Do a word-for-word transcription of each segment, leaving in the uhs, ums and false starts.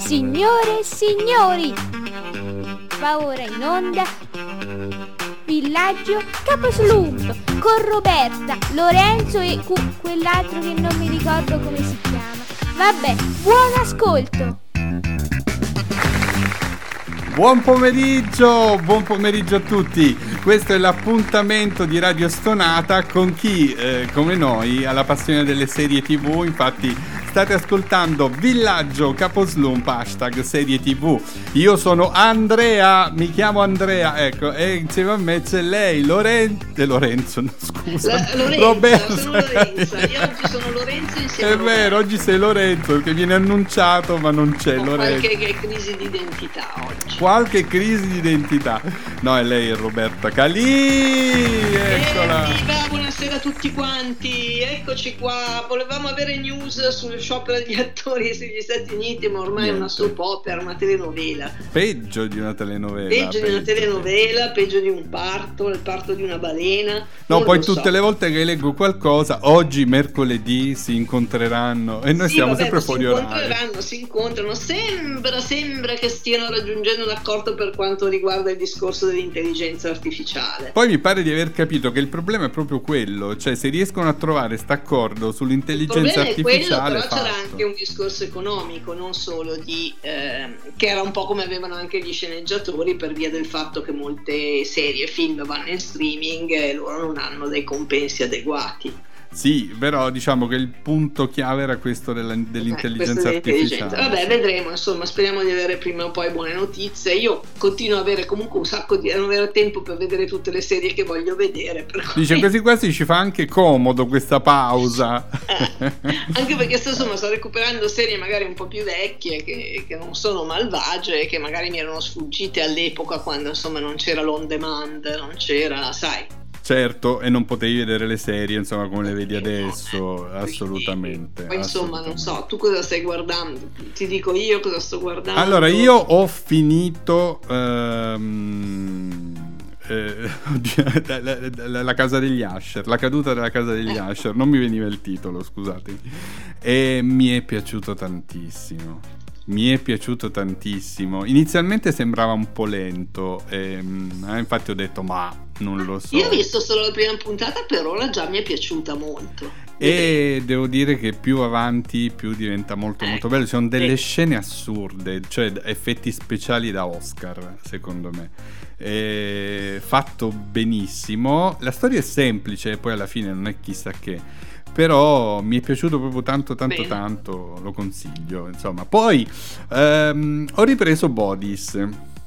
Signore e signori, va ora in onda Villaggio Caposlump con Roberta, Lorenzo e cu- quell'altro che non mi ricordo come si chiama. Vabbè, buon ascolto. Buon pomeriggio, buon pomeriggio a tutti. Questo è l'appuntamento di Radio Stonata con chi, eh, come noi, ha la passione delle serie tivù. Infatti state ascoltando Villaggio Caposlump, hashtag serie tivù. Io sono Andrea, mi chiamo Andrea, ecco, e insieme a me c'è lei, Lorenzo, eh, Lorenzo, no, scusa, La, Lorenzo, Roberto. sono Lorenzo, io oggi sono Lorenzo insieme È a Roberto. vero, oggi sei Lorenzo perché viene annunciato ma non c'è Ho Lorenzo. qualche crisi di identità oggi. Qualche crisi di identità. No, è lei, è Roberta Calì. Eccola. Evviva, buonasera a tutti quanti. Eccoci qua. Volevamo avere news sullo sciopero degli attori negli Stati Uniti, ma ormai è una soap opera, una telenovela. Peggio di una telenovela. Peggio di una telenovela, peggio di un parto, il parto di una balena. No, Non poi lo so. tutte le volte che leggo qualcosa, oggi mercoledì si incontreranno e noi Sì, siamo vabbè, sempre ma fuori si orario. incontreranno, si incontrano. Sembra, sembra che stiano raggiungendo un accordo per quanto riguarda il discorso dell'intelligenza artificiale. Poi mi pare di aver capito che il problema è proprio quello, cioè se riescono a trovare st'accordo sull'intelligenza Il problema è quello, artificiale, però c'era fatto. anche un discorso economico, non solo di eh, che era un po' come avevano anche gli sceneggiatori, per via del fatto che molte serie e film vanno in streaming e loro non hanno dei compensi adeguati. Sì, però diciamo che il punto chiave era questo della, dell'intelligenza Eh, artificiale. Vabbè, vedremo, insomma, speriamo di avere prima o poi buone notizie. Io continuo ad avere comunque un sacco di non avere tempo per vedere tutte le serie che voglio vedere, per cui... Dice quasi quasi ci fa anche comodo questa pausa. Eh, anche perché insomma sto recuperando serie magari un po' più vecchie che, che non sono malvagie, che magari mi erano sfuggite all'epoca quando insomma non c'era l'on demand, non c'era, sai. Certo, e non potevi vedere le serie, insomma, come le vedi adesso, Quindi, assolutamente. Poi insomma, assolutamente. non so, tu cosa stai guardando? Ti dico io cosa sto guardando. Allora, io ho finito ehm, eh, la, la- la- la casa degli Usher, la caduta della casa degli Ecco. Usher, non mi veniva il titolo, scusatemi. E mi è piaciuto tantissimo. Mi è piaciuto tantissimo. Inizialmente sembrava un po' lento, ehm, eh, infatti ho detto ma non lo so. Io ho visto solo la prima puntata, per ora già mi è piaciuta molto. E devo dire che più avanti più diventa molto molto Ecco, bello. Ci sono delle sì. scene assurde, cioè effetti speciali da Oscar, secondo me. E fatto benissimo. La storia è semplice, poi alla fine non è chissà che. Però mi è piaciuto proprio tanto tanto Bene. tanto, lo consiglio, insomma. Poi ehm, ho ripreso Bodies.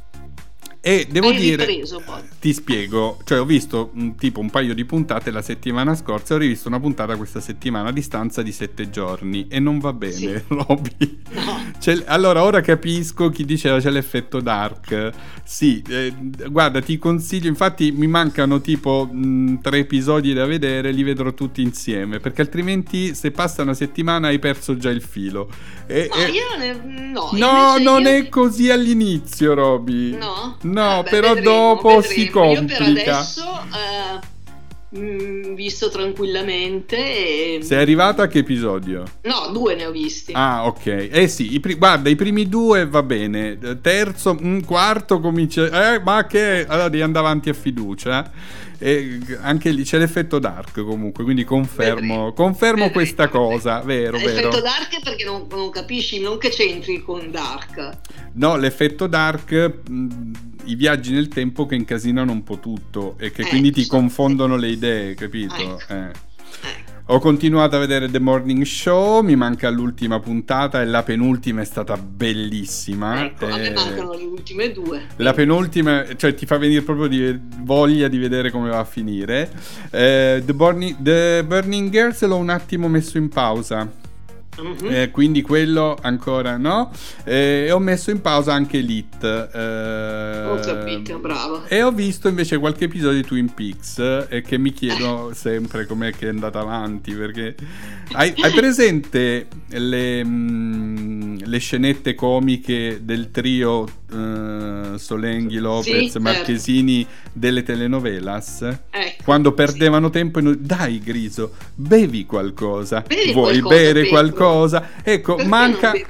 E devo Hai dire, ripreso poi? ti spiego, cioè ho visto mm, tipo un paio di puntate la settimana scorsa e ho rivisto una puntata questa settimana a distanza di sette giorni e non va bene, Sì. Roby. No. C'è- allora ora capisco chi diceva c'è l'effetto dark. Sì, eh, guarda, ti consiglio, infatti mi mancano tipo mh, tre episodi da vedere, li vedrò tutti insieme, perché altrimenti se passa una settimana hai perso già il filo. E- Ma e- io ne... no, No, invece non io- è così all'inizio, Roby. No? No, Eh beh, però vedremo, dopo vedremo. si Io per complica. adesso eh, mh, visto tranquillamente e... Sei arrivata a che episodio? No, due ne ho visti. Ah, ok. Eh sì, i pri- guarda, i primi due va bene. Terzo, un quarto comincia. Eh, ma che. Allora devi andare avanti a fiducia. E anche lì c'è l'effetto dark comunque, quindi confermo, Vedremo. confermo Vedremo, questa vedremo. cosa, vero, vero. L'effetto dark perché non, non capisci, non che c'entri con dark. No, l'effetto dark, mh, i viaggi nel tempo che incasinano un po' tutto e che Eh, quindi ti so- confondono le idee, capito? Ecco. Eh. Ecco. Ho continuato a vedere The Morning Show, mi manca l'ultima puntata e la penultima è stata bellissima. Ecco, a me Eh, mancano le ultime due. La penultima, cioè ti fa venire proprio di voglia di vedere come va a finire. Eh, The, Burning, The Burning Girls l'ho un attimo messo in pausa. Mhm. Eh, quindi quello ancora no. Eh, e ho messo in pausa anche Elite. Eh, Ho capito, bravo. E ho visto invece qualche episodio di Twin Peaks e eh, che mi chiedo sempre com'è che è andata avanti, perché hai, hai presente le, mh, le scenette comiche del trio eh, Solenghi, Lopez, Sì, Marchesini delle telenovelas? Ecco, Quando perdevano tempo e noi, dai Griso, bevi qualcosa, Bevi vuoi qualcosa, bere bevi. qualcosa? Ecco, Perché manca, non bevi?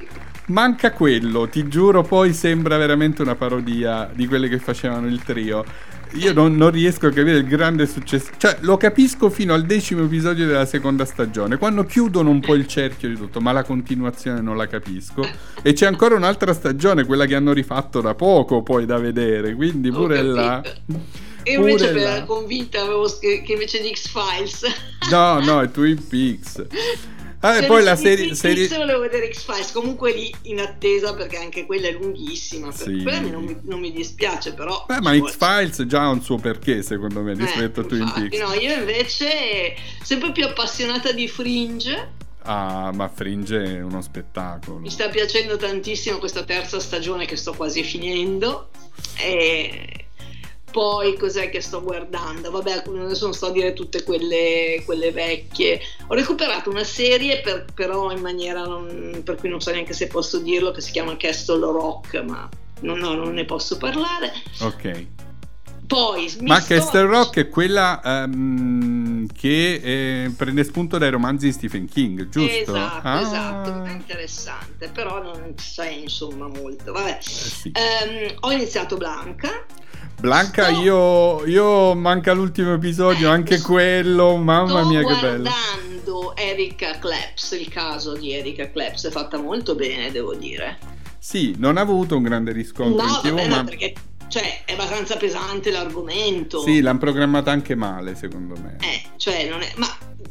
manca quello, ti giuro, poi sembra veramente una parodia di quelle che facevano il trio. Io non, non riesco a capire il grande successo, cioè lo capisco fino al decimo episodio della seconda stagione, quando chiudono un po' il cerchio di tutto, ma la continuazione non la capisco. E c'è ancora un'altra stagione, quella che hanno rifatto da poco, poi da vedere, quindi pure là. Io invece per la convinta avevo che, che invece di X-Files. No, no, è Twin Peaks. Ah, e poi la serie, serie... volevo vedere X-Files, comunque lì in attesa perché anche quella è lunghissima, sì. Quella non mi, non mi dispiace, però beh, ma X-Files già ha un suo perché secondo me rispetto eh, a Twin Peaks. No, io invece sempre più appassionata di Fringe. Ah, ma Fringe è uno spettacolo. Mi sta piacendo tantissimo questa terza stagione che sto quasi finendo. E poi cos'è che sto guardando? Vabbè, adesso non sto a dire tutte quelle, quelle vecchie. Ho recuperato una serie per, però in maniera non, per cui non so neanche se posso dirlo, che si chiama Castle Rock, ma no, no, non ne posso parlare. Ok. Poi ma sto... Castle Rock è quella um, che eh, prende spunto dai romanzi di Stephen King, giusto? Esatto, ah. esatto, è interessante, però non sai insomma molto. Vabbè, eh sì. um, ho iniziato Blanca. Blanca, sto... io, io manca l'ultimo episodio, eh, anche quello, mamma mia che bello. Sto guardando Erika Klepps, il caso di Erika Klepps, è fatta molto bene, devo dire. Sì, non ha avuto un grande riscontro no, in tivù, vabbè, ma... no, perché cioè è abbastanza pesante l'argomento. Sì, l'hanno programmata anche male, secondo me. Eh, cioè non è... ma...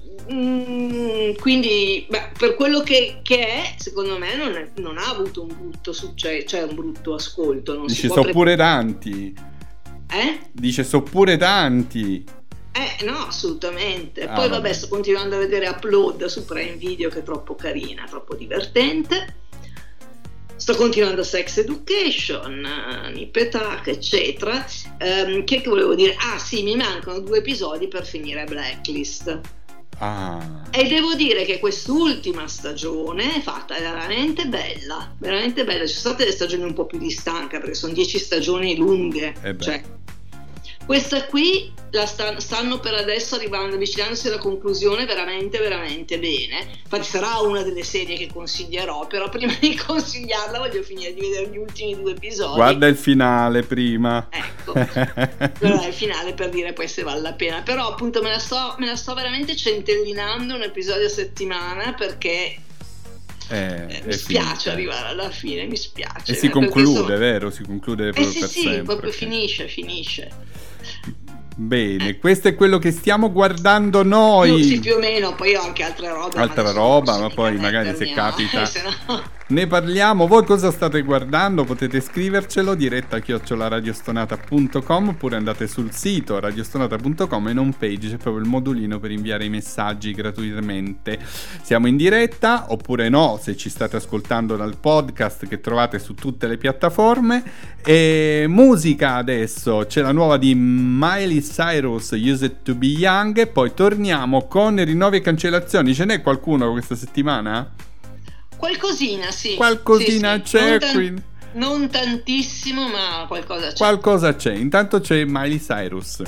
Mm, quindi beh, per quello che, che è, secondo me non, è, non ha avuto un brutto successo, cioè un brutto ascolto. Non Dice, si può so pre- pure tanti. Eh? Dice, so pure tanti. Eh, no, assolutamente. Ah, Poi vabbè. vabbè, sto continuando a vedere Upload su Prime Video, che è troppo carina, troppo divertente. Sto continuando Sex Education, Nip e Tuck, eccetera. Um, che, che volevo dire? Ah sì, mi mancano due episodi per finire Blacklist. Ah. E devo dire che quest'ultima stagione è fatta è veramente bella, veramente bella. Ci sono state le stagioni un po' più di stanca, perché sono dieci stagioni lunghe. Eh cioè, questa qui la sta, stanno per adesso arrivando, avvicinandosi alla conclusione veramente veramente bene. Infatti sarà una delle serie che consiglierò, però prima di consigliarla voglio finire di vedere gli ultimi due episodi. Guarda il finale prima. Ecco, guarda il finale per dire poi se vale la pena. Però appunto me la sto, me la sto veramente centellinando un episodio a settimana, perché Eh, eh, mi spiace arrivare alla fine, mi spiace. E si conclude, sono... vero? Si conclude proprio eh sì, per sì, sempre. proprio che... finisce, finisce. Bene, eh. questo è quello che stiamo guardando noi. Più, sì, più o meno, poi ho anche altre robe. Altra ma roba, ma poi magari se capita... se no... Ne parliamo. Voi cosa state guardando? Potete scrivercelo, diretta chiocciola radiostonata punto com, oppure andate sul sito radiostonata punto com e in home page c'è proprio il modulino per inviare i messaggi gratuitamente. Siamo in diretta, oppure no, se ci state ascoltando dal podcast che trovate su tutte le piattaforme. E musica adesso, c'è la nuova di Miley Cyrus, Used to Be Young, e poi torniamo con rinnovi e cancellazioni. Ce n'è qualcuno questa settimana? Qualcosina, sì. Qualcosina sì, sì. c'è, non, tan- quindi... non tantissimo, ma qualcosa c'è. Qualcosa c'è. Intanto c'è Miley Cyrus.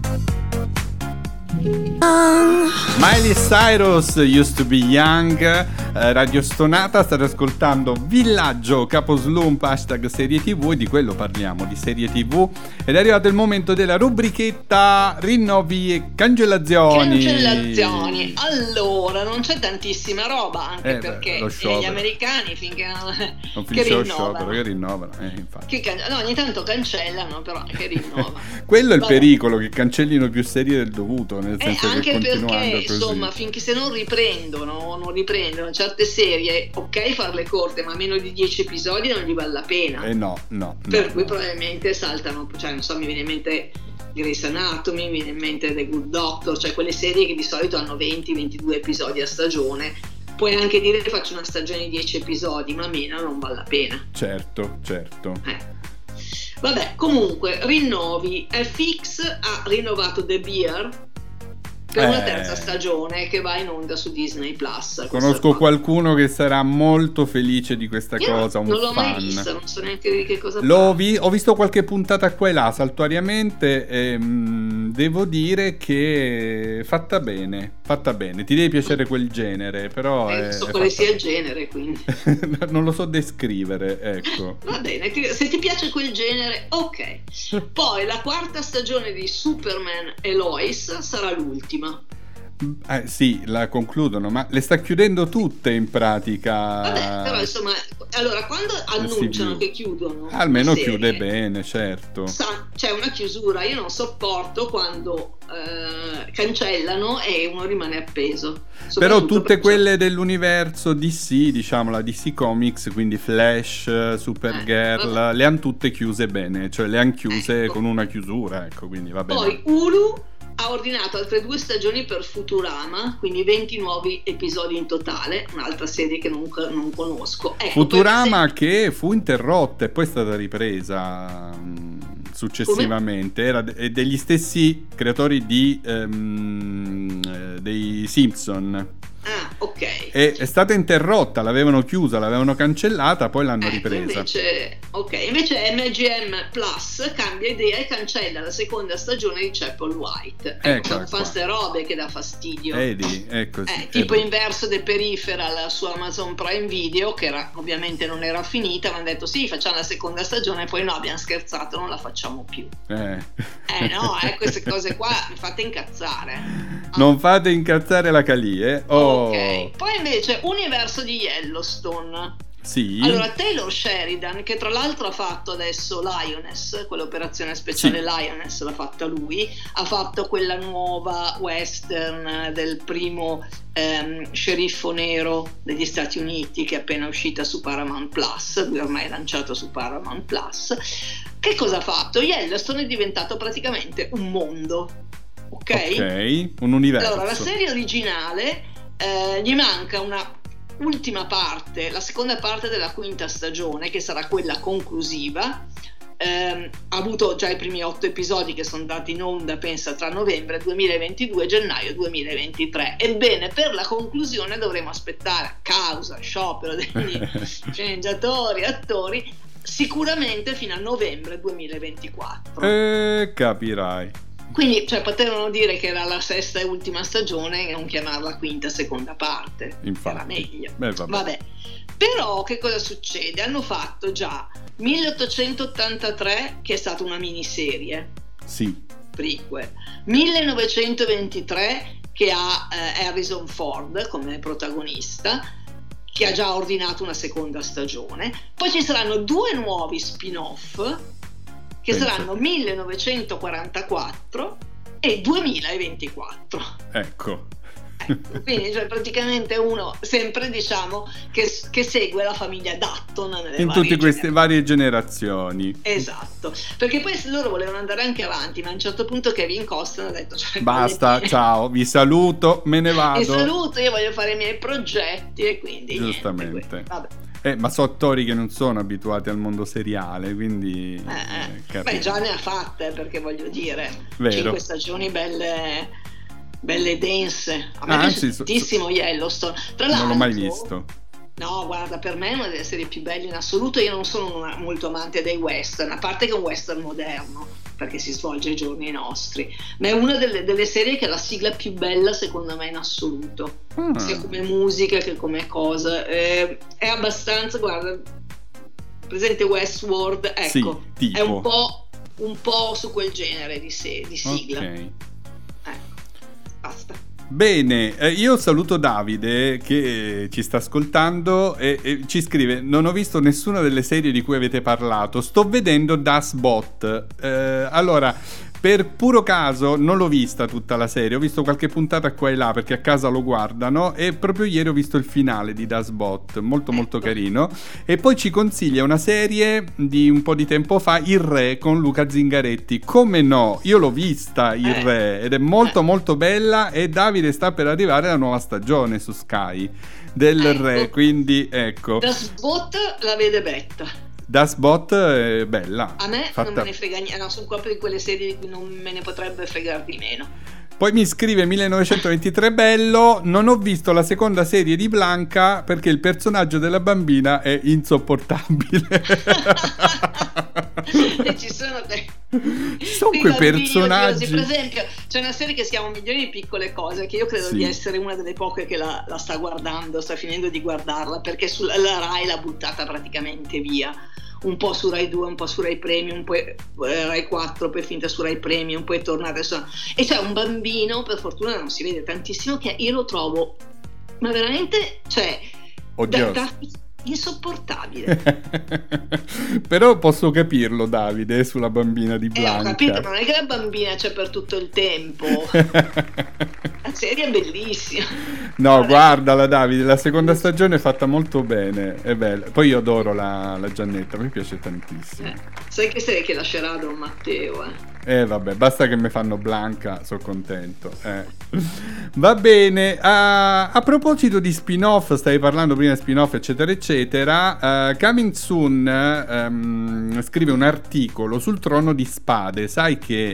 Miley Cyrus, Used to Be Young, eh, Radio Stonata, state ascoltando Villaggio Caposlump, hashtag serie tv, e di quello parliamo, di serie tv, ed è arrivato il momento della rubrichetta rinnovi e cancellazioni. Cancellazioni. Allora, non c'è tantissima roba, anche eh, perché beh, gli americani finché non che finisce lo rinnovano. sciopero, che rinnovano, eh, infatti. Che can- no, ogni tanto cancellano, però che rinnovano. Quello è il Vabbè. pericolo, che cancellino più serie del dovuto, nel senso Eh, anche che perché continuando così, insomma finché se non riprendono non riprendono certe serie, ok farle corte, ma meno di dieci episodi non gli vale la pena. Eh no, no. Per no, cui no. probabilmente saltano, cioè non so, mi viene in mente Grey's Anatomy, mi viene in mente The Good Doctor, cioè quelle serie che di solito hanno venti ventidue episodi a stagione. Puoi anche dire che faccio una stagione di dieci episodi, ma meno non vale la pena. Certo, certo. Eh. Vabbè, comunque, rinnovi. F X ha rinnovato The Bear per Eh. una terza stagione che va in onda su Disney Plus. Conosco qualcuno che sarà molto felice di questa Io cosa, un non l'ho fan. mai vista, non so neanche di che cosa L'ho parla. vi- ho visto qualche puntata qua e là saltuariamente, e, mh, devo dire che è fatta bene, fatta bene. Ti deve piacere quel genere, però eh, è, so è quale fatta... sia il genere, quindi non lo so descrivere, ecco. Va bene, ti, se ti piace quel genere, ok. Poi la quarta stagione di Superman e Lois sarà l'ultima. Eh, sì, la concludono, ma le sta chiudendo tutte in pratica. Vabbè, però insomma, allora quando annunciano che chiudono, almeno serie, chiude bene, certo. Sa, c'è una chiusura. Io non sopporto quando eh, cancellano e uno rimane appeso. Però tutte quelle dell'universo D C, diciamo la D C Comics, quindi Flash, Supergirl, eh, le hanno tutte chiuse bene, cioè le hanno chiuse ecco. con una chiusura, ecco, quindi va bene. Poi Hulu ha ordinato altre due stagioni per Futurama, quindi venti nuovi episodi in totale, un'altra serie che non, non conosco. Ecco, Futurama se... che fu interrotta e poi è stata ripresa mh, successivamente. Come? Era de- degli stessi creatori di um, dei Simpson. Ah, ok. È, è stata interrotta, l'avevano chiusa, l'avevano cancellata, poi l'hanno ecco, ripresa. Invece, ok, invece M G M Plus cambia idea e cancella la seconda stagione di Chapel White. Ecco, ecco fa ste robe che dà fastidio. Vedi, è così. Eh, tipo Inverso The Peripheral su Amazon Prime Video, che era, ovviamente non era finita, ma hanno detto sì, facciamo la seconda stagione, poi no, abbiamo scherzato, non la facciamo più. Eh, eh no, eh, queste cose qua mi fate incazzare. Non fate incazzare la Calì, eh? Oh. Ok, poi invece Universo di Yellowstone. Sì. Allora Taylor Sheridan, che tra l'altro ha fatto adesso Lioness, quell'operazione speciale sì. Lioness l'ha fatta lui, ha fatto quella nuova western del primo ehm, sceriffo nero degli Stati Uniti che è appena uscita su Paramount Plus, lui ormai è lanciato su Paramount Plus. Che cosa ha fatto? Yellowstone è diventato praticamente un mondo, ok? Ok, un universo. Allora la serie originale eh, gli manca una ultima parte, la seconda parte della quinta stagione, che sarà quella conclusiva. Eh, ha avuto già i primi otto episodi che sono andati in onda, pensa, tra novembre duemilaventidue e gennaio duemilaventitré. Ebbene, per la conclusione dovremo aspettare, a causa sciopero degli sceneggiatori, attori, sicuramente fino a novembre duemilaventiquattro. Eh, capirai. Quindi, cioè, potevano dire che era la sesta e ultima stagione e non chiamarla quinta e seconda parte. Infatti. Era meglio. Beh, vabbè. Vabbè. Però che cosa succede? Hanno fatto già milleottocentottantatré, che è stata una miniserie. Sì. Prequel. millenovecentoventitré, che ha eh, Harrison Ford come protagonista, che ha già ordinato una seconda stagione. Poi ci saranno due nuovi spin-off che Penso. saranno millenovecentoquarantaquattro e duemilaventiquattro. Ecco. Ecco, quindi cioè, praticamente uno sempre diciamo che, che segue la famiglia Dutton nelle in varie tutte queste generazioni. varie generazioni. Esatto, perché poi loro volevano andare anche avanti, ma a un certo punto Kevin Costner ha detto cioè, basta, voglio... ciao, vi saluto, me ne vado. Vi saluto, io voglio fare i miei progetti e quindi giustamente niente, vabbè. Eh, ma sono attori che non sono abituati al mondo seriale, quindi eh, eh, beh, già ne ha fatte, perché voglio dire, vero. cinque stagioni belle belle dense. A me ah, piace sì, tantissimo so, Yellowstone. Tra non l'altro, l'ho mai visto. No, guarda, per me è una delle serie più belle in assoluto. Io non sono una, molto amante dei western, a parte che è un western moderno, perché si svolge ai giorni nostri, ma è una delle, delle serie che ha la sigla più bella secondo me in assoluto, ah. sia come musica che come cosa. Eh, è abbastanza, guarda, presente Westworld, ecco, sì, è un po', un po' su quel genere di, se, di sigla. Ok. Basta. Bene, eh, io saluto Davide che ci sta ascoltando e, e ci scrive: non ho visto nessuna delle serie di cui avete parlato, sto vedendo Das Boot. Eh, allora, per puro caso non l'ho vista tutta la serie, ho visto qualche puntata qua e là perché a casa lo guardano, e proprio ieri ho visto il finale di Das Boot, molto molto carino. E poi ci consiglia una serie di un po' di tempo fa, Il Re, con Luca Zingaretti. Come no, io l'ho vista Il eh. Re ed è molto molto bella, e Davide sta per arrivare la nuova stagione su Sky del ecco. Re, quindi ecco. Das Boot la vede Betta. Das Boot è bella. A me fatta... non me ne frega niente, no, sono proprio di quelle serie di cui non me ne potrebbe fregare di meno. Poi mi scrive millenovecentoventitré bello, non ho visto la seconda serie di Blanca perché il personaggio della bambina è insopportabile. Ovviamente ci sono dei, ci sono quei personaggi. Per esempio, c'è una serie che si chiama Milioni di piccole cose, che io credo Sì. di essere una delle poche che la, la sta guardando, sta finendo di guardarla, perché sulla la Rai l'ha buttata praticamente via. Un po' su Rai due, un po' su Rai Premium, poi eh, Rai quattro, poi finita su Rai Premium, poi è tornata insomma. E c'è un bambino, per fortuna non si vede tantissimo, che io lo trovo ma veramente, cioè, da, da, insopportabile. Però posso capirlo, Davide, sulla bambina di Blanca. Eh, ho capito, ma non è che la bambina c'è per tutto il tempo. La serie è bellissima. No, Vabbè. guardala, Davide, la seconda stagione è fatta molto bene, è bella. Poi io adoro la, la Giannetta, mi piace tantissimo. Eh, sai che sei che lascerà Don Matteo, eh? Eh vabbè, basta che mi fanno Blanca, sono contento. Eh. Va bene, a, a proposito di spin-off, stavi parlando prima di spin-off eccetera eccetera, uh, Coming Soon um, scrive un articolo sul Trono di Spade, sai che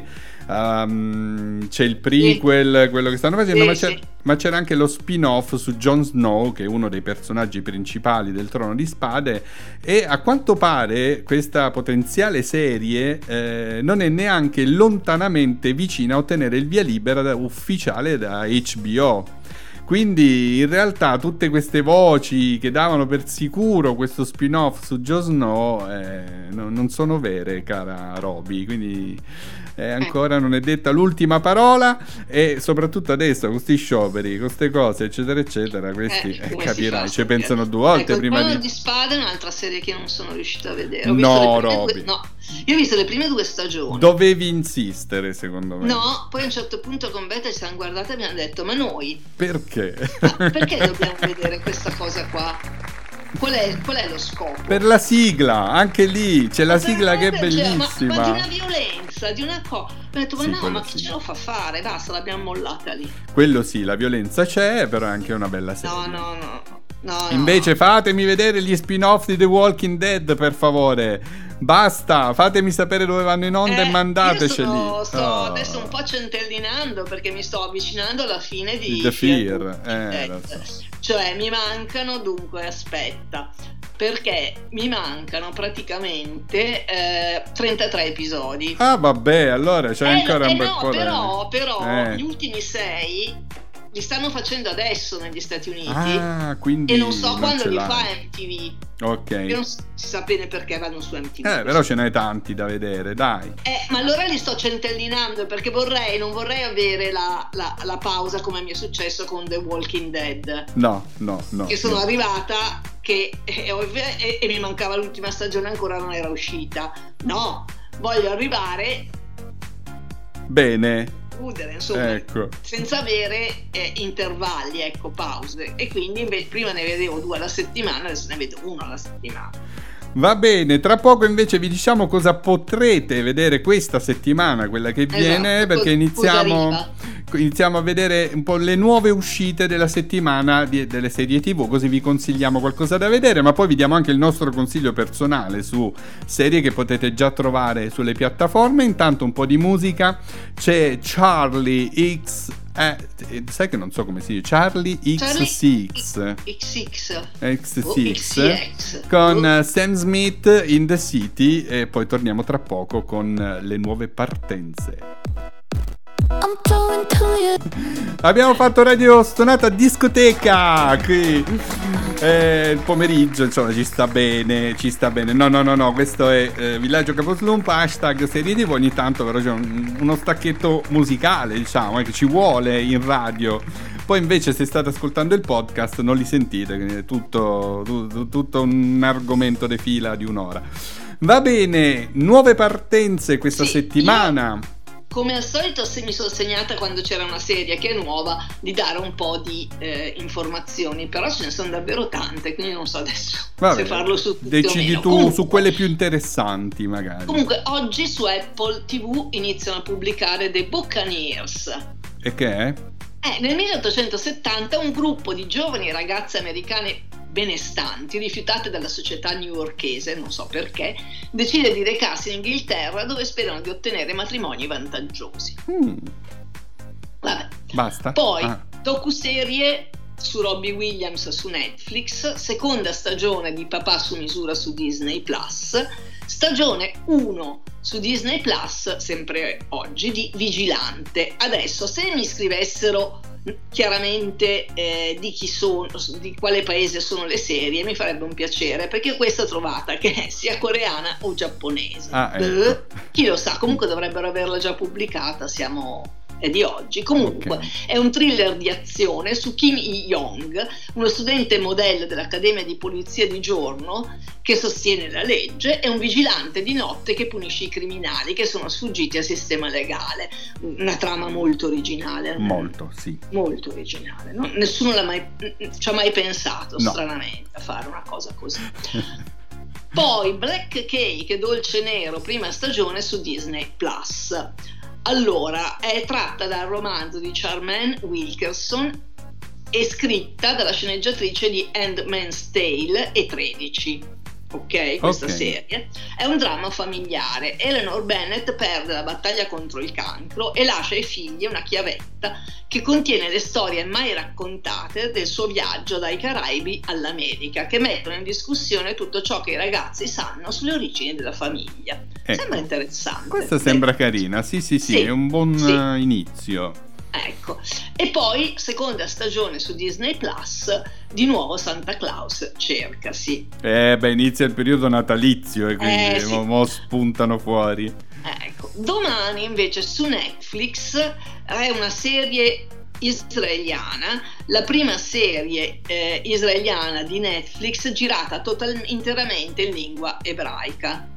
um, c'è il prequel, sì. quello che stanno facendo, sì, ma, c'è, sì. ma c'era anche lo spin-off su Jon Snow, che è uno dei personaggi principali del Trono di Spade, e a quanto pare questa potenziale serie eh, non è neanche lontanamente vicina a ottenere il via libera da, ufficiale da H B O. Quindi in realtà tutte queste voci che davano per sicuro questo spin-off su Jon Snow eh, no, non sono vere, cara Roby, quindi eh, ancora non è detta l'ultima parola, e soprattutto adesso con questi scioperi, con queste cose eccetera eccetera, questi eh, eh, capirai, ci pensano due volte ecco, prima il di... di Spade è un'altra serie che non sono riuscita a vedere. Ho no, visto Roby. due... no, io ho visto le prime due stagioni. Dovevi insistere, secondo me. No, poi a un certo punto con Beta ci siamo guardate e abbiamo detto, ma noi perché? Ma perché dobbiamo vedere questa cosa qua? Qual è, qual è lo scopo? Per la sigla, anche lì c'è la Ma sigla che è cioè, bellissima. ma, ma di una violenza, di una cosa. Ho detto, ma Sì, no, ma chi sì. ce lo fa fare? Basta, l'abbiamo mollata lì. Quello sì, la violenza c'è, però è anche una bella serie. No, no, no. no Invece no. fatemi vedere gli spin-off di The Walking Dead, per favore. Basta, fatemi sapere dove vanno in onda eh, e mandateceli. Io sono, sto oh. adesso un po' centellinando perché mi sto avvicinando alla fine di The Fear, Fear, eh, lo Dead. so. Cioè mi mancano, dunque aspetta, perché mi mancano praticamente eh, trentatré episodi. Ah vabbè, allora c'è eh, ancora eh, un bel no, po'. però, però eh. gli ultimi sei li stanno facendo adesso negli Stati Uniti, ah, quindi e non so non quando ce li l'hai. fa M T V. Ok. Io non si sa bene perché vanno su M T V. Eh, però ce n'hai tanti da vedere, dai. Eh, ma allora li sto centellinando perché vorrei, non vorrei avere la, la, la pausa come mi è successo con The Walking Dead. No, no, no. Che sono no. arrivata che eh, e, e mi mancava l'ultima stagione, ancora non era uscita. No, voglio arrivare bene. Chiudere, insomma, ecco. senza avere eh, intervalli, ecco, pause. E quindi invece, prima ne vedevo due alla settimana, adesso ne vedo uno alla settimana. Va bene, tra poco invece vi diciamo cosa potrete vedere questa settimana, quella che viene, esatto, perché iniziamo, iniziamo a vedere un po' le nuove uscite della settimana di, delle serie tivù, così vi consigliamo qualcosa da vedere, ma poi vi diamo anche il nostro consiglio personale su serie che potete già trovare sulle piattaforme. Intanto un po' di musica, c'è Charlie X... Eh, sai che non so come si dice, Charlie X sei X X X oh, sei X X con oh. uh, Sam Smith in the City, e poi torniamo tra poco con uh, le nuove partenze. Abbiamo fatto Radio Stonata Discoteca qui eh, il pomeriggio, insomma ci sta bene, ci sta bene. No no no no, questo è eh, Villaggio Caposlump, hashtag serie tivù. Ogni tanto però c'è un, uno stacchetto musicale, diciamo, eh, che ci vuole in radio. Poi invece se state ascoltando il podcast non li sentite, quindi è tutto, tutto, tutto un argomento de fila di un'ora. Va bene, nuove partenze questa sì, settimana. Io... Come al solito, se mi sono segnata quando c'era una serie che è nuova di dare un po' di eh, informazioni, però ce ne sono davvero tante, quindi non so adesso Vabbè, se farlo su tutte decidi o meno. tu Comunque, su quelle più interessanti magari. Comunque oggi su Apple tivù iniziano a pubblicare The Buccaneers. E che è? Eh, nel milleottocentosettanta un gruppo di giovani ragazze americane benestanti, rifiutate dalla società newyorkese, non so perché, decide di recarsi in Inghilterra, dove sperano di ottenere matrimoni vantaggiosi. Mm. Vabbè. Basta. Poi ah. docuserie su Robbie Williams su Netflix, seconda stagione di Papà su misura su Disney Plus, Stagione uno su Disney Plus, sempre oggi, di Vigilante. Adesso, se mi scrivessero chiaramente eh, di chi sono, di quale paese sono le serie, mi farebbe un piacere, perché questa ho trovata che è sia coreana o giapponese. Ah, ecco. eh, chi lo sa, comunque dovrebbero averla già pubblicata, siamo è di oggi. Comunque Okay. è un thriller di azione su Kim Il-young, uno studente modello dell'Accademia di Polizia di giorno che sostiene la legge e un vigilante di notte che punisce i criminali che sono sfuggiti al sistema legale. Una trama molto originale. Molto, sì. Molto originale, no? Nessuno l'ha mai, ci ha mai pensato, No. stranamente, a fare una cosa così. Poi Black Cake, Dolce Nero, prima stagione su Disney Plus. Allora, è tratta dal romanzo di Charmaine Wilkerson e scritta dalla sceneggiatrice di Handmaid's Tale e tredici. Ok, questa Ok. serie è un dramma familiare. Eleanor Bennett perde la battaglia contro il cancro e lascia ai figli una chiavetta che contiene le storie mai raccontate del suo viaggio dai Caraibi all'America, che mettono in discussione tutto ciò che i ragazzi sanno sulle origini della famiglia. Ecco. Sembra interessante. Questa sembra carina, sì sì sì, Sì, è un buon sì. eh, inizio. Ecco, e poi seconda stagione su Disney Plus, di nuovo Santa Claus cercasi. Eh beh, inizia il periodo natalizio e quindi Eh, sì. mo, mo spuntano fuori. Ecco, domani invece su Netflix è una serie israeliana, la prima serie eh, israeliana di Netflix girata total- interamente in lingua ebraica.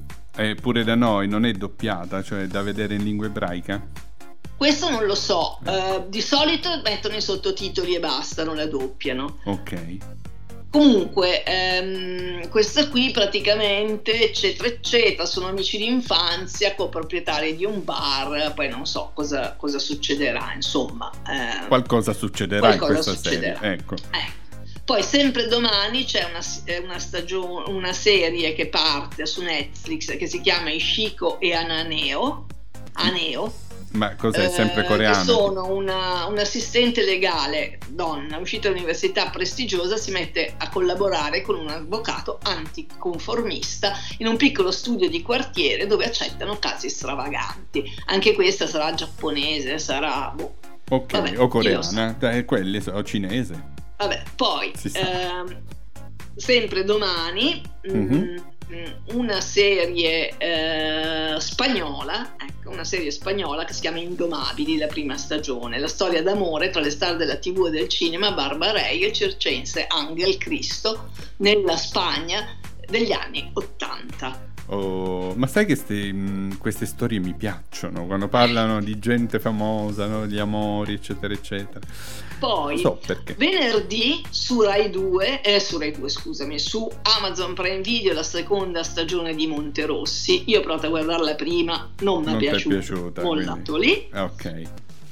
Eppure da noi non è doppiata, cioè da vedere in lingua ebraica. Questo non lo so, eh, di solito mettono i sottotitoli e basta, non la doppiano. Ok. Comunque, ehm, questa qui praticamente, eccetera, eccetera, sono amici di infanzia, coproprietari di un bar, poi non so cosa, cosa succederà, insomma. eh, Qualcosa succederà Qualcosa in questa succederà. serie, ecco. Ecco. Poi sempre domani c'è una, eh, una, stagione, una serie che parte su Netflix che si chiama Ishiko e Ananeo, Aneo. Ma cos'è, sempre Eh, coreano? Che sono una, un assistente legale donna uscita dall'università prestigiosa, si mette a collaborare con un avvocato anticonformista in un piccolo studio di quartiere dove accettano casi stravaganti. Anche questa sarà giapponese, sarà boh. Ok, Vabbè, o io coreana, eh, quelle so- o cinese. Vabbè, poi Si sa. ehm, sempre domani mm, Mhm. una serie eh, spagnola, ecco, una serie spagnola che si chiama Indomabili, la prima stagione, la storia d'amore tra le star della tivù e del cinema, Barbara Rey e il circense Angel Cristo nella Spagna degli anni ottanta. Oh, ma sai che ste, mh, queste storie mi piacciono quando parlano di gente famosa, no? Di amori, eccetera, eccetera. Poi Non so perché. venerdì su Rai due, eh, su Rai due scusami, su Amazon Prime Video la seconda stagione di Monterossi. Io ho provato a guardarla prima, non mi è Non ti è piaciuta, piaciuta, mollato lì. Ok.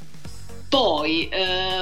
Poi eh,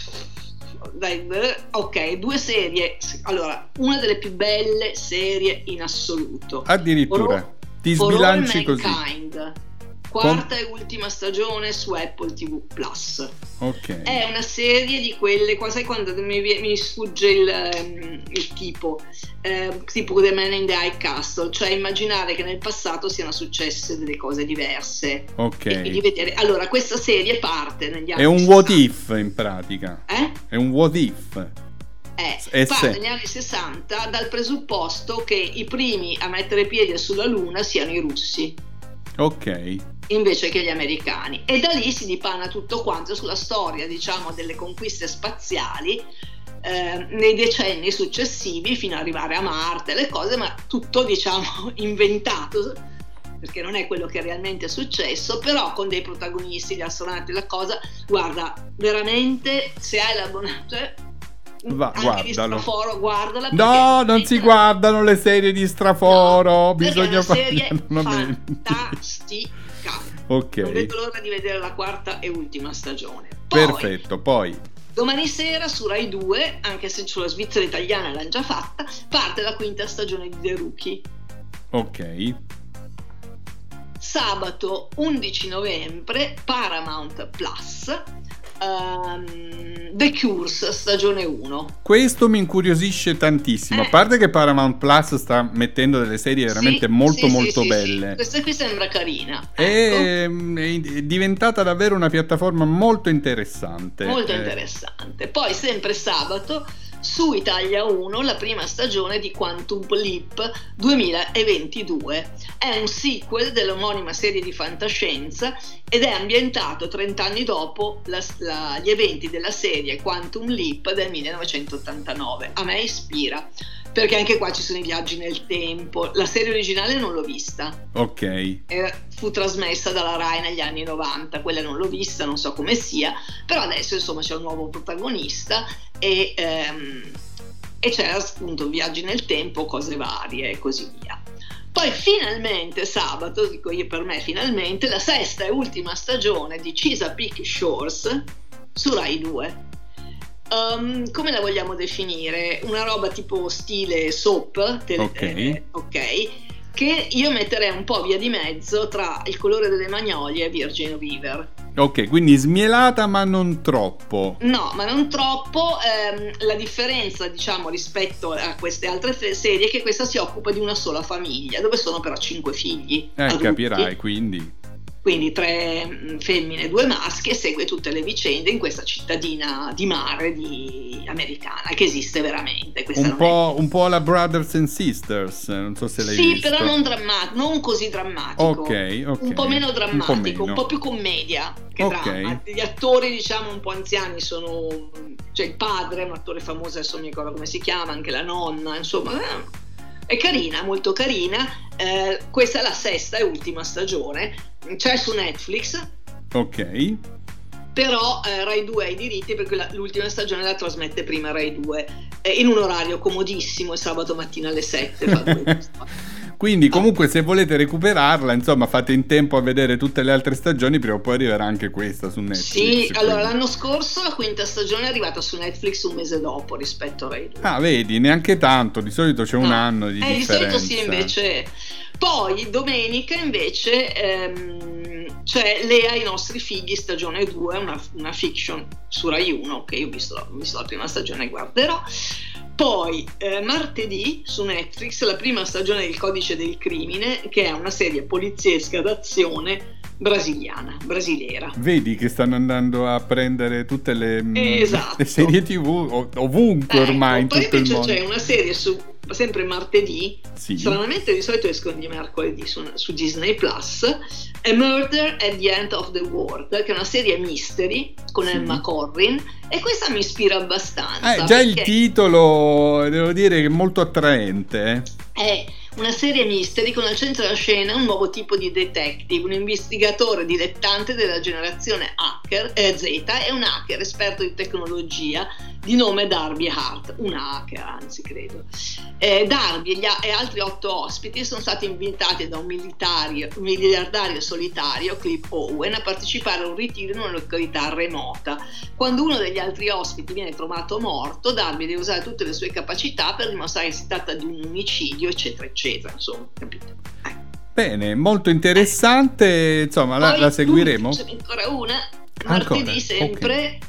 dai, eh, ok, due serie. Allora, una delle più belle serie in assoluto. Addirittura For- ti For All sbilanci così. Mankind, quarta e ultima stagione su Apple tivù Plus. Ok. È una serie di quelle, qua sai quando mi, vie- mi sfugge il, ehm, il tipo, eh, tipo The Man in the High Castle, cioè immaginare che nel passato siano successe delle cose diverse. Ok. E, e di vedere. Allora, questa serie parte negli anni È un what sessanta. if in pratica. Eh? È un what if. Eh, Eh, parte se. negli anni sessanta dal presupposto che i primi a mettere piede sulla Luna siano i russi Ok. invece che gli americani, e da lì si dipana tutto quanto sulla storia, diciamo, delle conquiste spaziali eh, nei decenni successivi fino ad arrivare a Marte, le cose, ma tutto, diciamo, inventato, perché non è quello che realmente è successo, però con dei protagonisti, gli astronauti, la cosa, guarda, veramente, se hai l'abbonamento, Va, anche di guardalo. Straforo, guardala, No, perché non si è una- guardano le serie di Straforo. No, perché è Bisogna una fare serie aggiornamenti. fantastica. Ok. Non vedo l'ora di vedere la quarta e ultima stagione. Poi, Perfetto. Poi domani sera su Rai due, anche se sulla Svizzera italiana l'hanno già fatta, parte la quinta stagione di The Rookie. ok. Sabato undici novembre Paramount Plus um, The Curse stagione uno. Questo mi incuriosisce tantissimo, eh. a parte che Paramount Plus sta mettendo delle serie veramente sì, molto sì, molto sì, belle. Sì. Questa qui sembra carina. È, ecco. è diventata davvero una piattaforma molto interessante. Molto eh. interessante. Poi sempre sabato su Italia uno la prima stagione di Quantum Leap duemilaventidue. È un sequel dell'omonima serie di fantascienza ed è ambientato trent'anni dopo la, la, gli eventi della serie Quantum Leap del millenovecentottantanove. A me ispira, perché anche qua ci sono i viaggi nel tempo. La serie originale non l'ho vista. Ok. Eh, fu trasmessa dalla Rai negli anni novanta, quella non l'ho vista, non so come sia, però adesso insomma c'è un nuovo protagonista e, ehm, e c'è appunto viaggi nel tempo, cose varie e così via. Poi finalmente sabato, dico io per me finalmente, la sesta e ultima stagione di Chesapeake Shores su Rai due. Um, come la vogliamo definire? Una roba tipo stile soap, tele- Ok. eh, ok, che io metterei un po' via di mezzo tra Il colore delle magnolie e Virgin River. Ok, quindi smielata ma non troppo. No, ma non troppo. Ehm, la differenza, diciamo, rispetto a queste altre fe- serie è che questa si occupa di una sola famiglia, dove sono però cinque figli. Eh, adulti. capirai, quindi. Quindi tre mh, femmine e due maschi, e segue tutte le vicende in questa cittadina di mare di... americana che esiste veramente. Questa Un non po', un po' la Brothers and Sisters, non so se l'hai sì, visto. però non drammatico, non così drammatico. Ok, ok. Un po' meno drammatico, un un po', po', meno. più commedia che Ok. dramma. Gli attori, diciamo, un po' anziani sono, cioè il padre è un attore famoso, adesso non mi ricordo come si chiama, anche la nonna, insomma, eh, è carina, molto carina. Eh, questa è la sesta e ultima stagione, c'è su Netflix. Ok. Però eh, Rai due ha i diritti perché la, l'ultima stagione la trasmette prima Rai due, eh, in un orario comodissimo, il sabato mattina alle sette. Fa due. Quindi comunque se volete recuperarla, insomma, fate in tempo a vedere tutte le altre stagioni, prima o poi arriverà anche questa su Netflix. Sì, quindi. allora l'anno scorso la quinta stagione è arrivata su Netflix un mese dopo rispetto a Rai due. Ah, vedi, neanche tanto, di solito c'è un No. anno di eh, differenza. Di solito sì, invece. Poi domenica invece ehm, c'è Lea i nostri figli stagione due, una, una fiction su Rai uno che io ho visto, ho visto la prima stagione e guarderò. Poi eh, martedì su Netflix la prima stagione del Codice del Crimine, che è una serie poliziesca d'azione brasiliana, brasilera. Vedi che stanno andando a prendere tutte le, Esatto. le serie tivù ovunque Ecco, ormai in poi tutto il invece mondo. c'è una serie su sempre martedì, Sì. stranamente di solito escono di mercoledì su, su Disney Plus, A Murder at the End of the World, che è una serie mystery con Sì. Emma Corrin, e questa mi ispira abbastanza. Eh, già il perché titolo devo dire che è molto attraente. eh. è una serie mystery con al centro della scena un nuovo tipo di detective, un investigatore dilettante della generazione hacker eh, Z e un hacker esperto di tecnologia di nome Darby Hart, un hacker anzi credo. Eh, Darby e, gli a- e altri otto ospiti sono stati invitati da un, militario, un miliardario solitario, Cliff Owen, a partecipare a un ritiro in una località remota. Quando uno degli altri ospiti viene trovato morto, Darby deve usare tutte le sue capacità per dimostrare che si tratta di un omicidio, eccetera eccetera, insomma, capito? Eh. Bene, molto interessante, insomma, la, Poi la seguiremo. Ce n'è ancora una, Ancora? martedì sempre,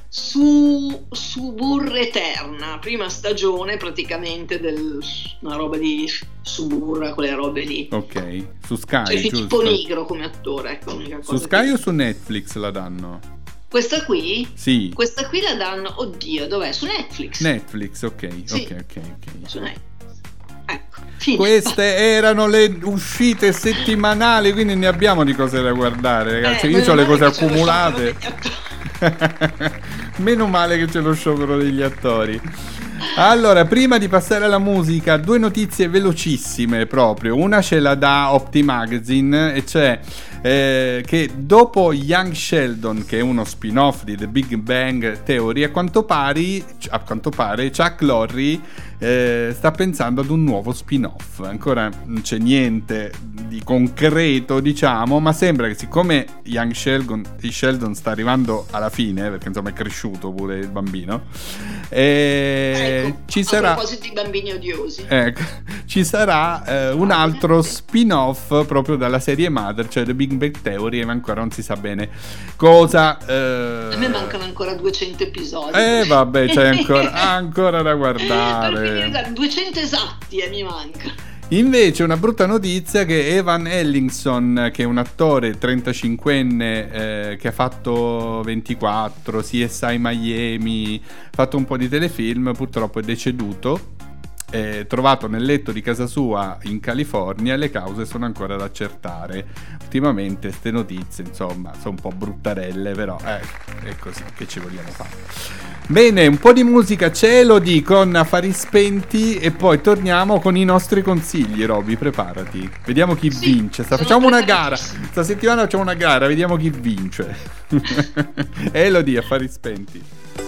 su Suburra Eterna, prima stagione praticamente del una roba di Suburra, quelle robe lì. Ok, su Sky, Cioè giusto? tipo Nigro come attore, ecco, l'unica Su cosa Sky che- o su Netflix la danno? Questa qui? Sì, Questa qui la danno, oddio, dov'è? Su Netflix. Netflix, ok, Sì. ok, ok, ok. Su Netflix. Ecco, fine. Queste erano le uscite settimanali, quindi ne abbiamo di cose da guardare, ragazzi. Eh, Io meno ho le male cose che c'è lo accumulate. sciopero degli attori. Meno male che c'è lo sciopero degli attori. Allora, prima di passare alla musica, due notizie velocissime proprio. Una ce la dà Opti Magazine, e cioè eh, che dopo Young Sheldon, che è uno spin-off di The Big Bang Theory, a quanto pare, a quanto pare Chuck Lorre eh, sta pensando ad un nuovo spin-off. Ancora non c'è niente di concreto, diciamo, ma sembra che siccome Young Sheldon, Sheldon sta arrivando alla fine, perché insomma è cresciuto pure il bambino, eh, Ecco, eh, ci sarà, a proposito di bambini odiosi, ecco, ci sarà eh, un altro spin-off proprio dalla serie Mother, cioè The Big Bang Theory, ma ancora non si sa bene cosa. Eh... A me mancano ancora duecento episodi. Eh vabbè, c'è ancora, ancora da guardare. Per duecento esatti e eh, mi manca. Invece una brutta notizia che Evan Ellingson, che è un attore trentacinquenne eh, che ha fatto ventiquattro, C S I Miami, ha fatto un po' di telefilm, purtroppo è deceduto, è trovato nel letto di casa sua in California e le cause sono ancora da accertare. Ultimamente ste notizie, insomma, sono un po' bruttarelle, però eh, è così, che ci vogliamo fare. Bene, un po' di musica Celodi con Affari Spenti e poi torniamo con i nostri consigli. Roby, preparati, vediamo chi sì, vince. Sta, facciamo una gara, sta settimana facciamo una gara, vediamo chi vince. Elodie, Affari Spenti.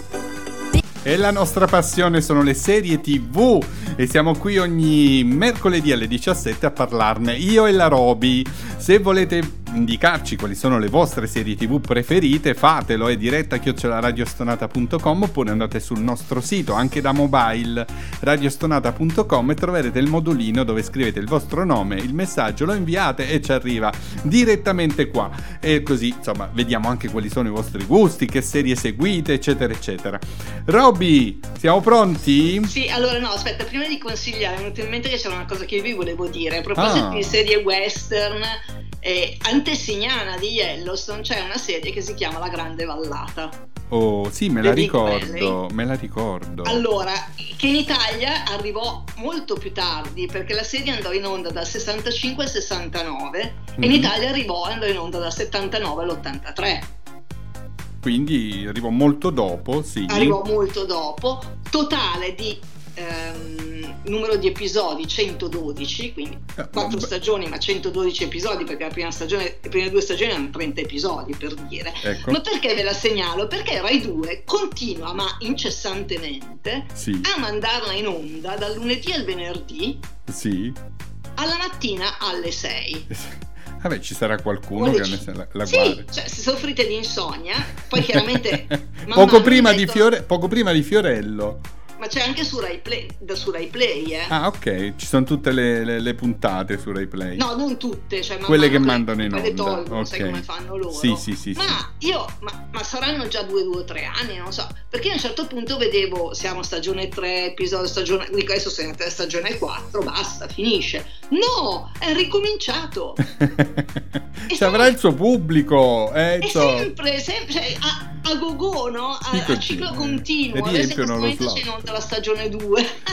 E la nostra passione sono le serie tv e siamo qui ogni mercoledì alle diciassette a parlarne io e la Roby. Se volete indicarci quali sono le vostre serie tv preferite, fatelo, è diretta chiocciola radiostonata punto com, oppure andate sul nostro sito anche da mobile radiostonata punto com e troverete il modulino dove scrivete il vostro nome, il messaggio, lo inviate e ci arriva direttamente qua, e così insomma vediamo anche quali sono i vostri gusti, che serie seguite, eccetera eccetera. Roby, siamo pronti? Sì, allora no, aspetta, prima di consigliare mi è venuto in mente che c'era una cosa che io vi volevo dire a proposito ah. di serie western. Eh, antesignana di Yellowstone c'è una serie che si chiama La Grande Vallata. Oh sì, me la ricordo, me la ricordo. Allora, che in Italia arrivò molto più tardi, perché la serie andò in onda dal sessantacinque al sessantanove mm-hmm. e in Italia arrivò andò in onda dal settantanove all'ottantatré. Quindi arrivò molto dopo, sì. Arrivò molto dopo, totale di ehm, numero di episodi centododici, quindi eh, quattro stagioni ma centododici episodi, perché la prima stagione, le prime due stagioni erano trenta episodi, per dire. Ecco. Ma perché ve la segnalo? Perché Rai due continua ma incessantemente sì. a mandarla in onda dal lunedì al venerdì sì. alla mattina alle sei. Vabbè, ci sarà qualcuno che ci... la, la sì, guarda. Cioè, se soffrite di insonnia, poi chiaramente poco, prima di Fiore... poco prima di Fiorello. Ma c'è anche su Rai Play, da su Rai Play, eh. Ah, ok, ci sono tutte le, le, le puntate su Rai Play. No, non tutte, cioè quelle che mandano in onda. Le tolgono, okay. sai come fanno loro. Sì, sì, sì. Ma sì. io, ma, ma saranno già due, due o tre anni, non so. Perché a un certo punto vedevo, siamo stagione tre, episodio stagione, dico adesso siamo a stagione quattro, basta, finisce. No, è ricominciato. Ci sempre, avrà il suo pubblico. Eh, è so. sempre, sempre, cioè, a, a gogo, no? A, a ciclo continuo. Adesso in questo momento c'è in onda la stagione due.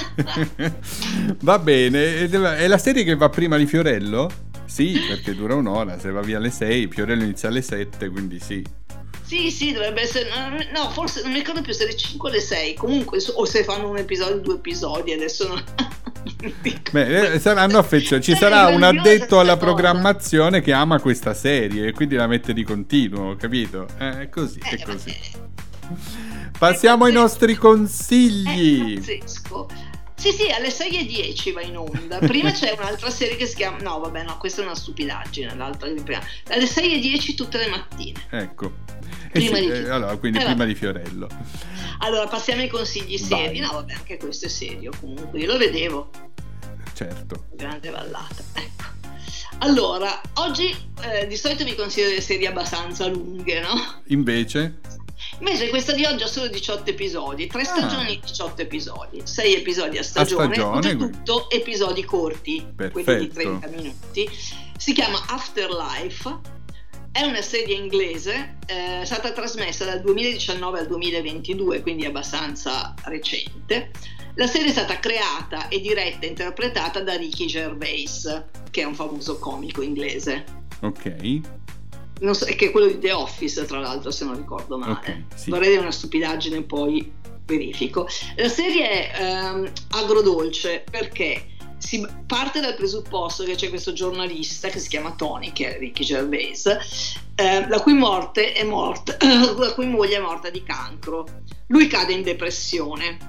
Va bene, è la serie che va prima di Fiorello? Sì, perché dura un'ora, se va via alle sei, Fiorello inizia alle sette, quindi sì. Sì, sì, dovrebbe essere, no, forse non mi ricordo più se alle cinque o alle sei, comunque, o se fanno un episodio, due episodi, adesso non... Beh, saranno affezionati, ci sarà un addetto alla programmazione che ama questa serie e quindi la mette di continuo, capito? Eh, è così, è così. Passiamo ai nostri consigli. È pazzesco. Sì, sì, alle sei e dieci va in onda. Prima c'è un'altra serie che si chiama... No, vabbè, no, questa è una stupidaggine, l'altra di prima. Alle sei e dieci tutte le mattine. Ecco. Prima eh sì, di eh, allora, quindi eh, prima vabbè. di Fiorello. Allora, passiamo ai consigli seri. No, vabbè, anche questo è serio, comunque. Io lo vedevo. Certo. Grande Vallata, ecco. Allora, oggi eh, di solito vi consiglio delle serie abbastanza lunghe, no? Invece? Invece questa di oggi ha solo diciotto episodi, tre stagioni, ah. diciotto episodi, sei episodi a stagione, a stagione tutto episodi corti, perfetto. Quelli di trenta minuti. Si chiama Afterlife, è una serie inglese, eh, è stata trasmessa dal duemiladiciannove al duemilaventidue, quindi abbastanza recente. La serie è stata creata e diretta e interpretata da Ricky Gervais, che è un famoso comico inglese. Ok. Non so, è che è quello di The Office, tra l'altro, se non ricordo male. Okay, sì. Vorrei dire una stupidaggine, poi verifico. La serie è ehm, agrodolce perché si parte dal presupposto che c'è questo giornalista che si chiama Tony, che è Ricky Gervais, eh, la cui morte è morta, la cui moglie è morta di cancro. Lui cade in depressione.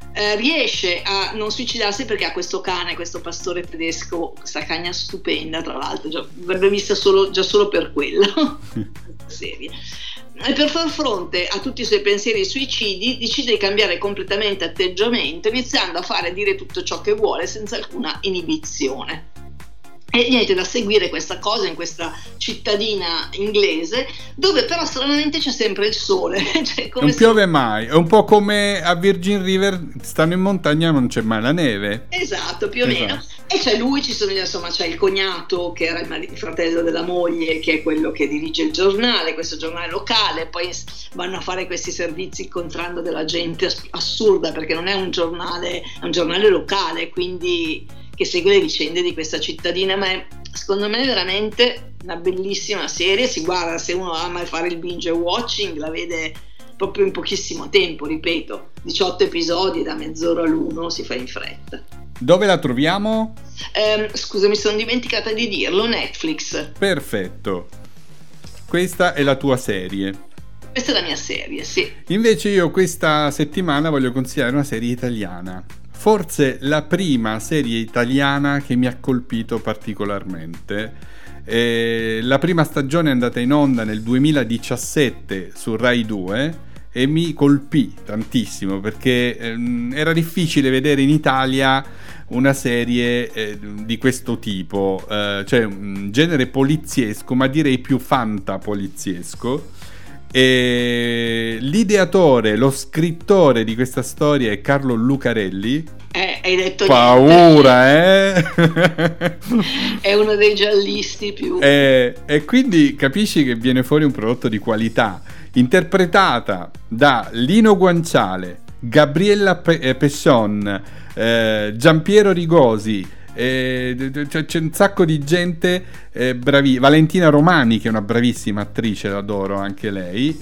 eh, riesce a non suicidarsi perché ha questo cane, questo pastore tedesco, questa cagna stupenda tra l'altro, già, avrebbe vista solo, già solo per quello serie. E per far fronte a tutti i suoi pensieri suicidi decide di cambiare completamente atteggiamento, iniziando a fare e dire tutto ciò che vuole senza alcuna inibizione. E niente, da seguire questa cosa in questa cittadina inglese, dove però stranamente c'è sempre il sole. Cioè, come non se... piove mai, è un po' come a Virgin River, stanno in montagna e non c'è mai la neve. Esatto, più o esatto. meno. E c'è lui, ci sono, insomma, c'è il cognato che era il, mar- il fratello della moglie, che è quello che dirige il giornale, questo giornale locale, poi vanno a fare questi servizi incontrando della gente ass- assurda, perché non è un giornale, è un giornale locale, quindi che segue le vicende di questa cittadina, ma è, secondo me è veramente una bellissima serie. Si guarda, se uno ama fare il binge watching, la vede proprio in pochissimo tempo, ripeto, diciotto episodi da mezz'ora l'uno, si fa in fretta. Dove la troviamo? Eh, scusa, mi sono dimenticata di dirlo, Netflix. Perfetto, questa è la tua serie. Questa è la mia serie, sì. Invece io questa settimana voglio consigliare una serie italiana. Forse la prima serie italiana che mi ha colpito particolarmente. Eh, la prima stagione è andata in onda nel duemiladiciassette su Rai due e mi colpì tantissimo perché ehm, era difficile vedere in Italia una serie eh, di questo tipo, eh, cioè un genere poliziesco, ma direi più fantapoliziesco. E l'ideatore, lo scrittore di questa storia è Carlo Lucarelli. Eh, hai detto paura, eh? È uno dei giallisti più. E, e quindi capisci che viene fuori un prodotto di qualità, interpretata da Lino Guanciale, Gabriella Pe- Pesson, eh, Giampiero Rigosi. Eh, c'è, c'è un sacco di gente eh, bravi. Valentina Romani, che è una bravissima attrice, l'adoro anche lei,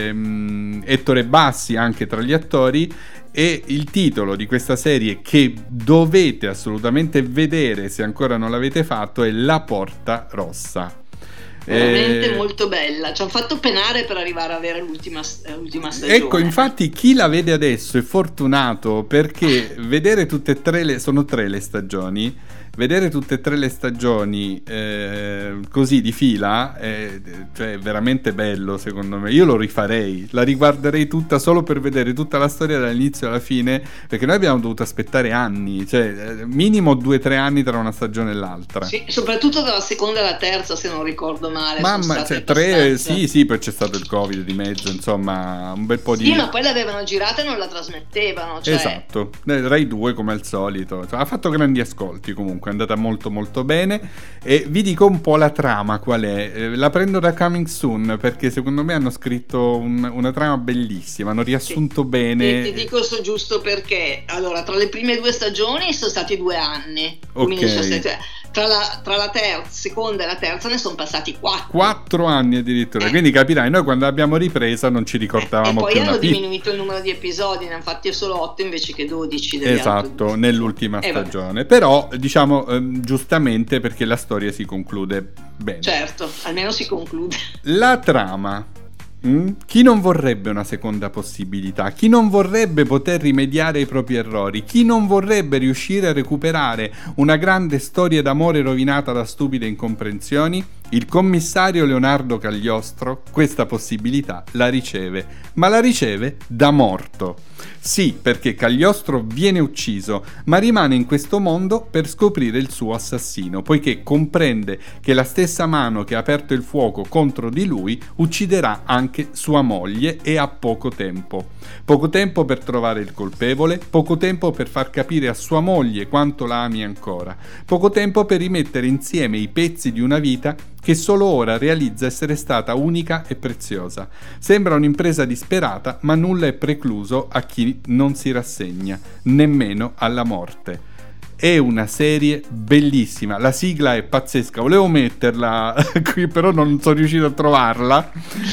ehm, Ettore Bassi anche tra gli attori. E il titolo di questa serie, che dovete assolutamente vedere se ancora non l'avete fatto, è La Porta Rossa. Veramente eh, molto bella, ci hanno fatto penare per arrivare a avere l'ultima, l'ultima stagione. Ecco, infatti chi la vede adesso è fortunato, perché vedere tutte e tre le, sono tre le stagioni, vedere tutte e tre le stagioni eh, così di fila è, cioè, è veramente bello, secondo me. Io lo rifarei, la riguarderei tutta solo per vedere tutta la storia dall'inizio alla fine, perché noi abbiamo dovuto aspettare anni, cioè minimo due o tre anni tra una stagione e l'altra. Sì, soprattutto dalla seconda alla terza, se non ricordo male. Mamma, cioè, tre, sì, sì, poi c'è stato il Covid di mezzo, insomma, un bel po' di... Sì, ma poi l'avevano girata e non la trasmettevano, cioè... Esatto, Rai due come al solito, cioè, ha fatto grandi ascolti comunque, è andata molto molto bene. E vi dico un po' la trama qual è, eh, la prendo da Coming Soon, perché secondo me hanno scritto un, una trama bellissima, hanno riassunto sì, bene. Ti, ti dico so giusto perché, allora, tra le prime due stagioni sono stati due anni, ok. Cioè, tra la, tra la terza, seconda e la terza ne sono passati quattro. Quattro anni addirittura, eh. Quindi capirai, noi quando abbiamo ripresa non ci ricordavamo eh, e poi più hanno una diminuito il numero di episodi, ne hanno fatti solo otto invece che dodici. Esatto, altri. nell'ultima eh, stagione. Però, diciamo, ehm, giustamente, perché la storia si conclude bene. Certo, almeno si conclude. La trama. Mm? Chi non vorrebbe una seconda possibilità? Chi non vorrebbe poter rimediare ai propri errori? Chi non vorrebbe riuscire a recuperare una grande storia d'amore rovinata da stupide incomprensioni? Il commissario Leonardo Cagliostro questa possibilità la riceve, ma la riceve da morto. Sì, perché Cagliostro viene ucciso, ma rimane in questo mondo per scoprire il suo assassino, poiché comprende che la stessa mano che ha aperto il fuoco contro di lui ucciderà anche sua moglie, e ha poco tempo. Poco tempo per trovare il colpevole, poco tempo per far capire a sua moglie quanto la ami ancora, poco tempo per rimettere insieme i pezzi di una vita che solo ora realizza essere stata unica e preziosa. Sembra un'impresa disperata, ma nulla è precluso a chi non si rassegna, nemmeno alla morte. È una serie bellissima, la sigla è pazzesca, volevo metterla qui però non sono riuscito a trovarla.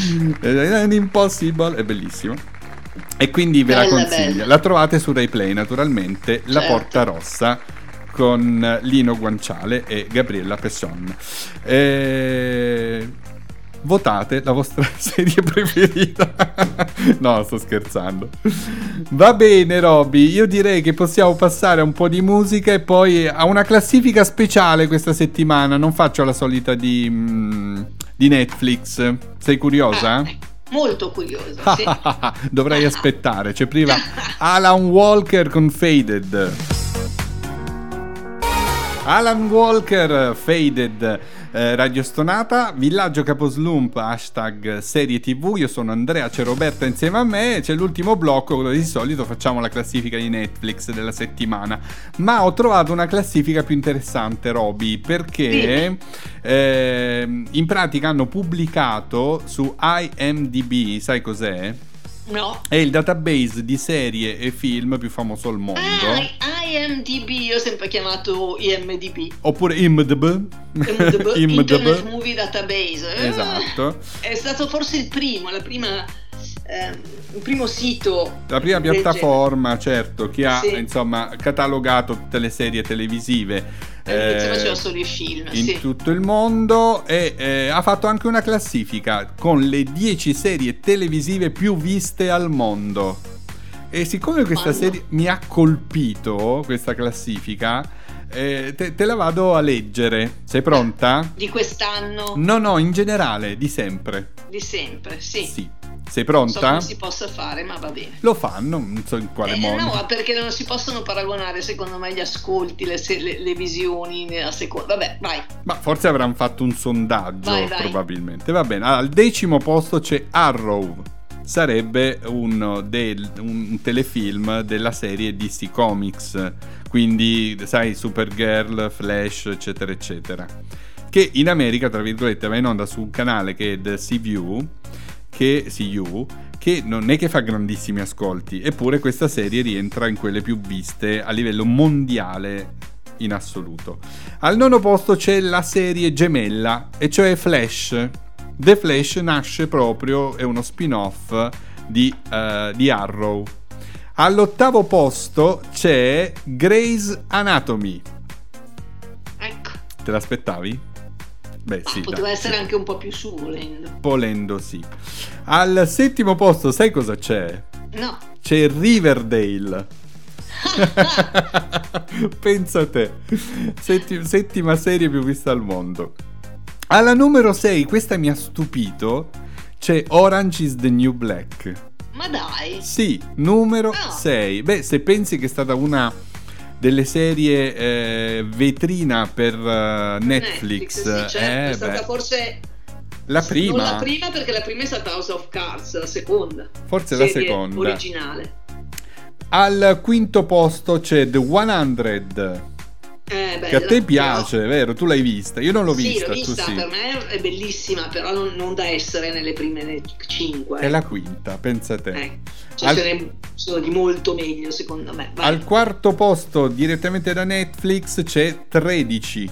È impossible, è bellissima. E quindi ve la Bella, consiglio. bella. La trovate su Rai Play naturalmente, certo. La Porta Rossa, con Lino Guanciale e Gabriella Pesson. Eh, votate la vostra serie preferita. No, sto scherzando. Va bene, Roby, io direi che possiamo passare a un po' di musica e poi a una classifica speciale questa settimana. Non faccio la solita di, mm, di Netflix. Sei curiosa? Ah, molto curiosa, sì. Dovrai aspettare. C'è prima Alan Walker con Faded. Alan Walker, Faded. Eh, Radio Stonata, Villaggio Caposlump, hashtag serie tv. Io sono Andrea, c'è Roberta insieme a me. C'è l'ultimo blocco dove di solito facciamo la classifica di Netflix della settimana, ma ho trovato una classifica più interessante, Roby, perché eh, in pratica hanno pubblicato su I M D B, sai cos'è? No. È il database di serie e film più famoso al mondo. Ah, I M D B, io ho sempre chiamato I M D B. Oppure I M D B. I M D B, Internet Movie Database. Esatto. È stato forse il primo, la prima, eh, il primo sito. La prima piattaforma, certo, che ha, sì, insomma, catalogato tutte le serie televisive. Eh, faceva solo i film, in sì, tutto il mondo, e eh, ha fatto anche una classifica con le dieci serie televisive più viste al mondo. E siccome questa Quando? serie mi ha colpito, questa classifica, eh, te, te la vado a leggere. Sei pronta? Di quest'anno? No, no, in generale, di sempre. Di sempre, sì. Sì. Sei Non so pronta? come si possa fare, ma va bene. Lo fanno, non so in quale Eh, modo. no, perché non si possono paragonare, secondo me, gli ascolti, le, se- le, le visioni a seconda. Vabbè, vai. Ma forse avranno fatto un sondaggio, Vai, vai. probabilmente. Va bene. Al decimo posto c'è Arrow. Sarebbe uno del, un telefilm della serie D C Comics. Quindi, sai, Supergirl, Flash, eccetera, eccetera. Che in America, tra virgolette, va in onda su un canale che è The C V, che C U, che non è che fa grandissimi ascolti, eppure questa serie rientra in quelle più viste a livello mondiale in assoluto. Al nono posto c'è la serie gemella, e cioè Flash. The Flash nasce proprio, è uno spin-off di, uh, di Arrow. All'ottavo posto c'è Grey's Anatomy. Ecco. Te l'aspettavi? Beh, Ah, sì, poteva dai, essere sì. anche un po' più su, volendo. Volendo, sì. Al settimo posto, sai cosa c'è? No. C'è Riverdale. Pensa a te. Setti- settima serie più vista al mondo. Alla numero sei, questa mi ha stupito, c'è Orange is the New Black. Ma dai. Sì, numero Ah. sei. Beh, se pensi che è stata una delle serie eh, vetrina per uh, Netflix, sì, certo, eh, è stata beh, forse la prima, non la prima, perché la prima è stata House of Cards, la seconda, forse la serie seconda. originale. Al quinto posto c'è The cento, Eh, bella, che a te però- piace, vero? Tu l'hai vista, io non l'ho Sì, vista, l'ho vista, tu sì. per me è bellissima, però non, non da essere nelle prime cinque. È la quinta, pensa a te. Eh, cioè Al- ce ne sono di molto meglio, secondo me. Vai. Al quarto posto, direttamente da Netflix, c'è tredici.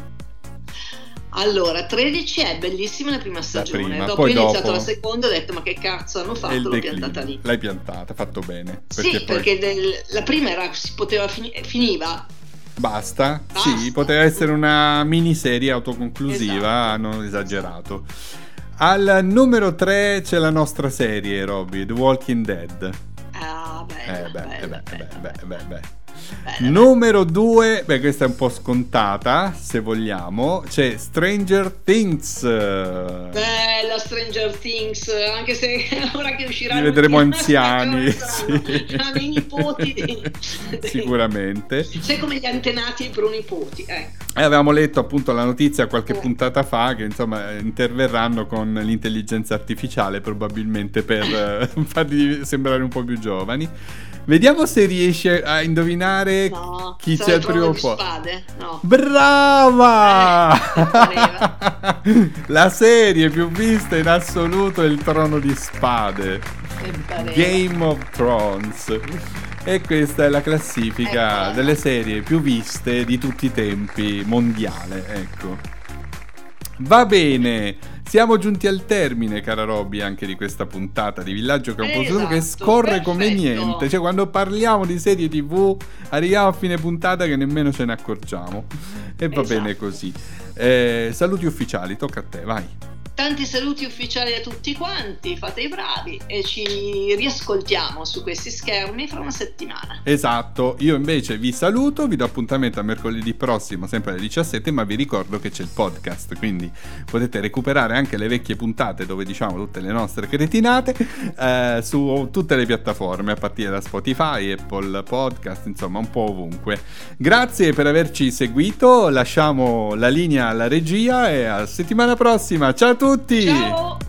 Allora, tredici è bellissima la prima stagione, prima, dopo poi ho iniziato dopo- la seconda e ho detto ma che cazzo hanno È il fatto, l'ho declino. piantata lì. L'hai piantata, fatto bene. Sì, poi- perché del- la prima era, si poteva fini- finiva. Basta? Basta. Sì, poteva essere una miniserie autoconclusiva, Esatto. hanno esagerato. Al numero tre c'è la nostra serie, Roby, The Walking Dead. Ah, bella, Eh beh, bella, eh beh, eh bella, beh, eh beh, beh. bella. Numero due, beh, questa è un po' scontata, se vogliamo, c'è Stranger Things. Bella Stranger Things, anche se ora che usciranno Li vedremo tutti- anziani, saranno- sì. saranno i nipoti di- Sicuramente. Sei come gli antenati ai pronipoti, ecco. E avevamo letto appunto la notizia qualche Oh. puntata fa che insomma interverranno con l'intelligenza artificiale probabilmente per eh, farli sembrare un po' più giovani. Vediamo se riesce a indovinare No, chi sarà c'è al il Trono primo di posto. Spade? No. Brava! Eh, pareva. La serie più vista in assoluto è il Trono di Spade, Che pareva. Game of Thrones. E questa è la classifica Eccola. delle serie più viste di tutti i tempi, mondiale, ecco. Va bene, siamo giunti al termine, cara Roby, anche di questa puntata di Villaggio Camposanto, Esatto, che scorre come perfetto. niente. Cioè, quando parliamo di serie tivù, arriviamo a fine puntata che nemmeno ce ne accorgiamo. E va Esatto. bene così. Eh, saluti ufficiali, tocca a te, vai. tanti saluti ufficiali a tutti quanti, fate i bravi e ci riascoltiamo su questi schermi fra una settimana. Esatto, io invece vi saluto, vi do appuntamento a mercoledì prossimo sempre alle diciassette, ma vi ricordo che c'è il podcast, quindi potete recuperare anche le vecchie puntate dove diciamo tutte le nostre cretinate eh, su tutte le piattaforme, a partire da Spotify, Apple Podcast, insomma un po' ovunque. Grazie per averci seguito, lasciamo la linea alla regia e a settimana prossima, ciao a tutti! Ciao!